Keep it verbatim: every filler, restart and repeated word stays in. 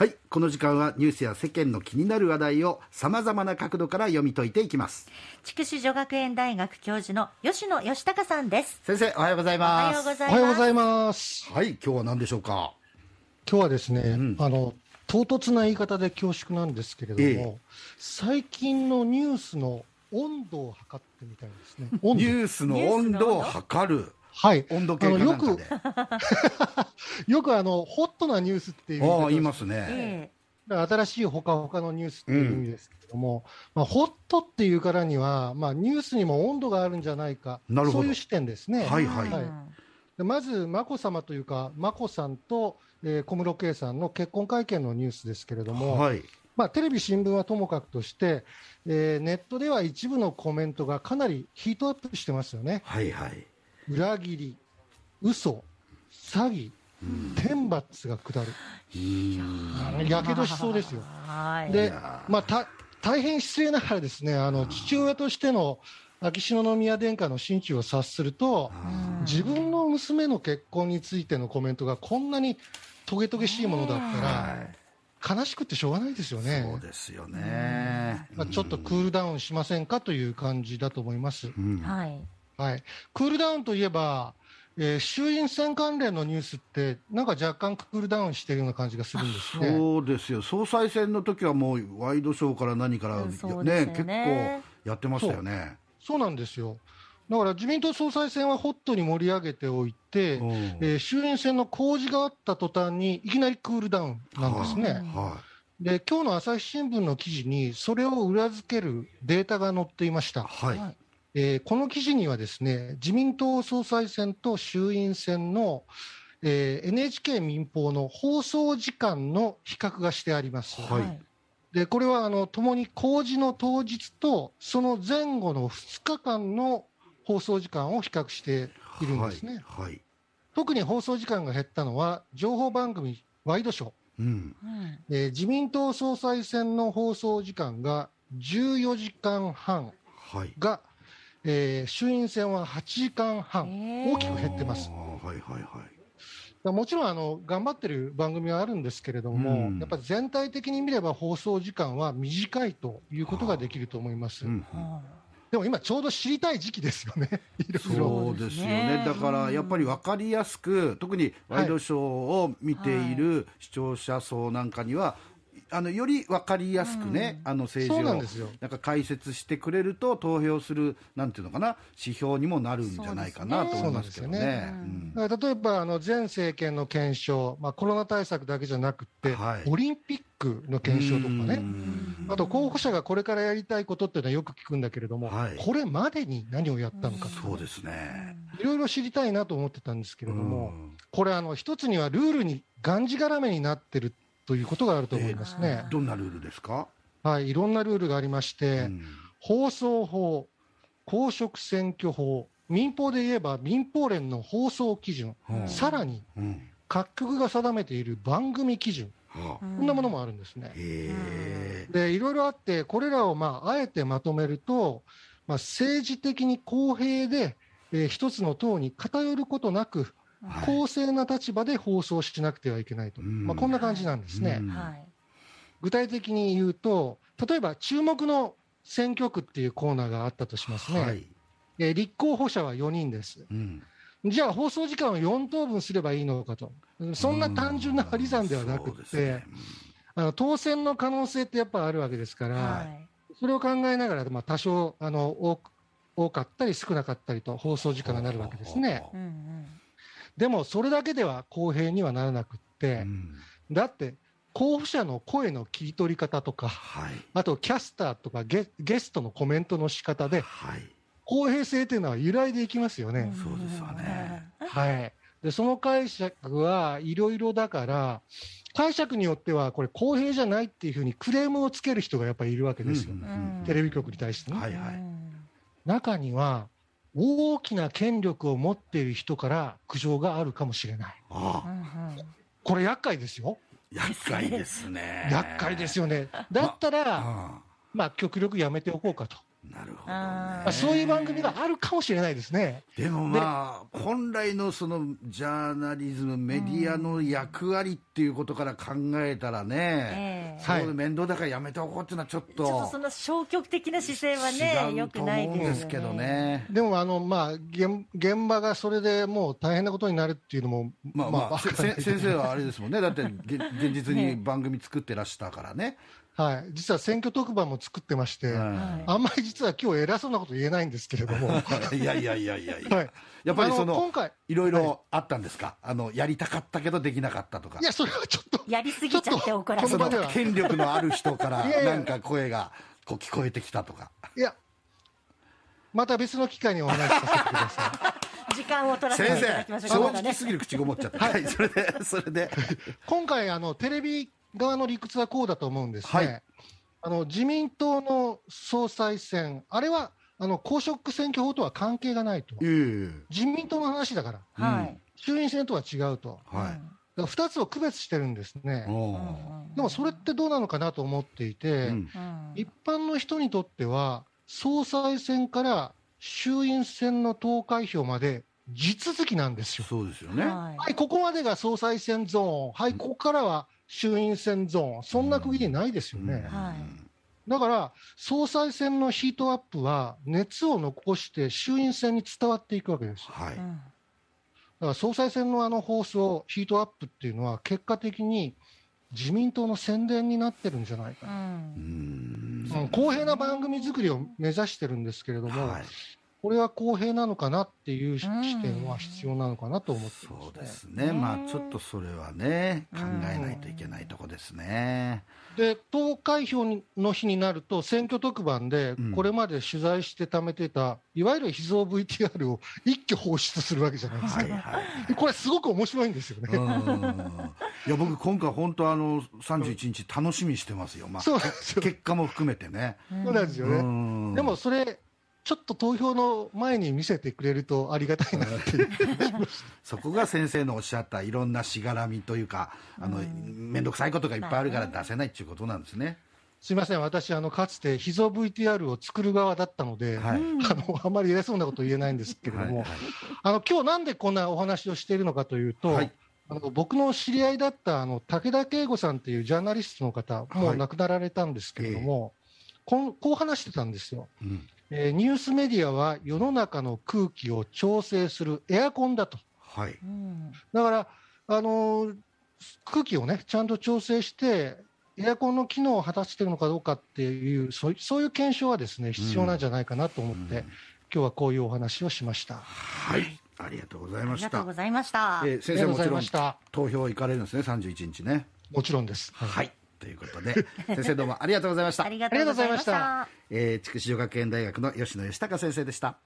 はい、この時間はニュースや世間の気になる話題をさまざまな角度から読み解いていきます。 筑紫女学園大学教授の吉野義孝さんです。 先生、おはようございます。 おはようございます。 おはようございます。 はい、今日は何でしょうか。 今日はですね、 うん、 あの唐突な言い方で恐縮なんですけれども、ええ、最近のニュースの温度を測ってみたいですね。 ニュースの温度を測る。 はい、 温度計かなんかで。 よくあのホットなニュースっていう言い, 言いますね。 え新しいほかほかのニュースっていう意味ですけれども、うん、まあ、ホットっていうからには、まあ、ニュースにも温度があるんじゃないか、そういう視点ですね。 はいはいはい、 でまず眞子さまというか眞子さんと、えー、小室圭さんの結婚会見のニュースですけれども、はい、まあ、テレビ新聞はともかくとして、えー、ネットでは一部のコメントがかなりヒートアップしてますよね。 はいはい、 裏切り、嘘、詐欺、うん、天罰が下る、やけどしそうですよ。で、まあ、た大変失礼ながらですね、あの父親としての秋篠宮殿下の心中を察すると、自分の娘の結婚についてのコメントがこんなにトゲトゲしいものだったら悲しくてしょうがないですよね。 そうですよね、 まあ、ちょっとクールダウンしませんかという感じだと思います。うん、はいはい、クールダウンといえば、えー、衆院選関連のニュースってなんか若干クールダウンしているような感じがするんですね。 そうですよ。総裁選の時はもうワイドショーから何から、ねね、結構やってましたよね。 そう、そうなんですよ。だから自民党総裁選はホットに盛り上げておいて、えー、衆院選の公示があった途端にいきなりクールダウンなんですね。はいはい、で今日の朝日新聞の記事にそれを裏付けるデータが載っていました。はい、えー、この記事にはですね、自民党総裁選と衆院選の、えー、エヌエイチケー 民放の放送時間の比較がしてあります。はい、でこれはあの共に公示の当日とその前後のふつかかんの放送時間を比較しているんですね。はいはい、特に放送時間が減ったのは情報番組ワイドショー、うんえー、自民党総裁選の放送時間がじゅうよじかんはんが、はいえー、衆院選ははちじかんはん大きく減ってます。はいはいはい、もちろんあの頑張ってる番組はあるんですけれども、うん、やっぱり全体的に見れば放送時間は短いということができると思います。うんうん、でも今ちょうど知りたい時期ですよね。いろいろそうですよね。だからやっぱり分かりやすく、特にワイドショーを見ている視聴者層なんかには、はいあのより分かりやすくね、うん、あの政治をなんか解説してくれると投票するなんていうのかな指標にもなるんじゃないかなと思いますけどね。 例えばあの前政権の検証、まあ、コロナ対策だけじゃなくて、はい、オリンピックの検証とかね、あと候補者がこれからやりたいことっていうのはよく聞くんだけれども、はい、これまでに何をやったのかそうですね、 いろいろ知りたいなと思ってたんですけれども、これあの一つにはルールにがんじがらめになってるということがあると思いますね。 えー、どんなルールですか。 はい、いろんなルールがありまして、うん、放送法、公職選挙法、民法で言えば民放連の放送基準、うん、さらに、うん、各局が定めている番組基準、うん、こんなものもあるんですね。へー。でいろいろあって、これらを、まあ、あえてまとめると、まあ、政治的に公平で、えー、一つの党に偏ることなく公正な立場で放送しなくてはいけないと、まあ、こんな感じなんですね。はい、具体的に言うと、例えば注目の選挙区っていうコーナーがあったとしますね。はい、え立候補者はよにんです。うん、じゃあ放送時間をよん等分すればいいのかと、そんな単純な割り算ではなくて、ね、あの当選の可能性ってやっぱあるわけですから、はい、それを考えながら、まあ、多少あの 多, 多かったり少なかったりと放送時間がなるわけですね。うんうん、でもそれだけでは公平にはならなくって、うん、だって候補者の声の切り取り方とか、はい、あとキャスターとか ゲ, ゲストのコメントの仕方で、はい、公平性というのは揺らいでいきますよね。 そうですよね。 はい、でその解釈はいろいろだから、解釈によってはこれ公平じゃないっていうふうにクレームをつける人がやっぱりいるわけですよ、うんうんうん、テレビ局に対してね。はいはい、中には大きな権力を持っている人から苦情があるかもしれない。ああ、これ厄介ですよ。 厄介ですね。 厄介ですよね。だったら、ま、まあ極力やめておこうかと。 なるほどね。 そういう番組があるかもしれないですね。 でもまあ本来のそのジャーナリズムメディアの役割っていうことから考えたらね、うん、そう面倒だからやめておこうっていうのはちょっとちょっとその消極的な姿勢はね良くないですけどね。 でもあのまあ 現, 現場がそれでもう大変なことになるっていうのもまあまあ、まあ、先生はあれですもんね。だって現実に番組作ってらしたからね。 はい、実は選挙特番も作ってまして、はい、あんまり実は今日偉そうなこと言えないんですけれどもいやいやいやいやいや、はい、やっぱりその今回いろいろあったんですか、はい、あのやりたかったけどできなかったとか。 いやそれはちょっとやりすぎちゃって怒られる。 その権力のある人からなんか声がこう聞こえてきたとか。 いやまた別の機会にお話しさせてください時間を取らせていただきましょう。 先生正直すぎる口ごもっちゃった、はい、それでそれで今回あのテレビ側の理屈はこうだと思うんですね、はい、あの自民党の総裁選、あれはあの公職選挙法とは関係がないと、えー、自民党の話だから、はい、衆院選とは違うと、はい、だからふたつを区別してるんですね。でもそれってどうなのかなと思っていて、うん、一般の人にとっては総裁選から衆院選の投開票まで地続きなんですよ。 そうですよね、 はい、ここまでが総裁選ゾーン、はい、ここからは衆院選ゾーン、そんな区切りないですよね、うんはい、だから総裁選のヒートアップは熱を残して衆院選に伝わっていくわけです、はい、だから総裁選のあの放送ヒートアップっていうのは結果的に自民党の宣伝になってるんじゃないかな、うん、うん、公平な番組作りを目指してるんですけれども、はい、これは公平なのかなっていう視点は必要なのかなと思ってますね。 そうですね、まあちょっとそれはね考えないといけないとこですね。 で投開票の日になると選挙特番でこれまで取材して貯めてた、うん、いわゆる秘蔵 ブイティーアール を一挙放出するわけじゃないですか、はいはい、これすごく面白いんですよね。 いや僕今回本当あのさんじゅういちにち楽しみにしてますよ、まあ、そうなんですよ、結果も含めてね。 そうなんですよね。でもそれちょっと投票の前に見せてくれるとありがたいなっていうそこが先生のおっしゃったいろんなしがらみというか、あの面倒くさいことがいっぱいあるから出せないっていうことなんですね。 すいません、私あのかつて秘蔵 ブイティーアール を作る側だったので、はい、あのあまり偉そうなこと言えないんですけれども、はいはい、あの今日なんでこんなお話をしているのかというと、はい、あの僕の知り合いだったあの武田圭吾さんというジャーナリストの方、もう亡くなられたんですけれども、はい、こう、こう話してたんですよ、うんえー、ニュースメディアは世の中の空気を調整するエアコンだと、はい、だから、あのー、空気をねちゃんと調整してエアコンの機能を果たしているのかどうかっていうそう、そういう検証はですね必要なんじゃないかなと思って、うん、今日はこういうお話をしました。 はい、ありがとうございました。 ありがとうございました、 えー、先生もちろん投票行かれるんですね、さんじゅういちにちね。 もちろんです。 はい、はいということで先生どうもありがとうございました。 ありがとうございました。 えー、筑紫女学園大学の吉野義孝先生でした。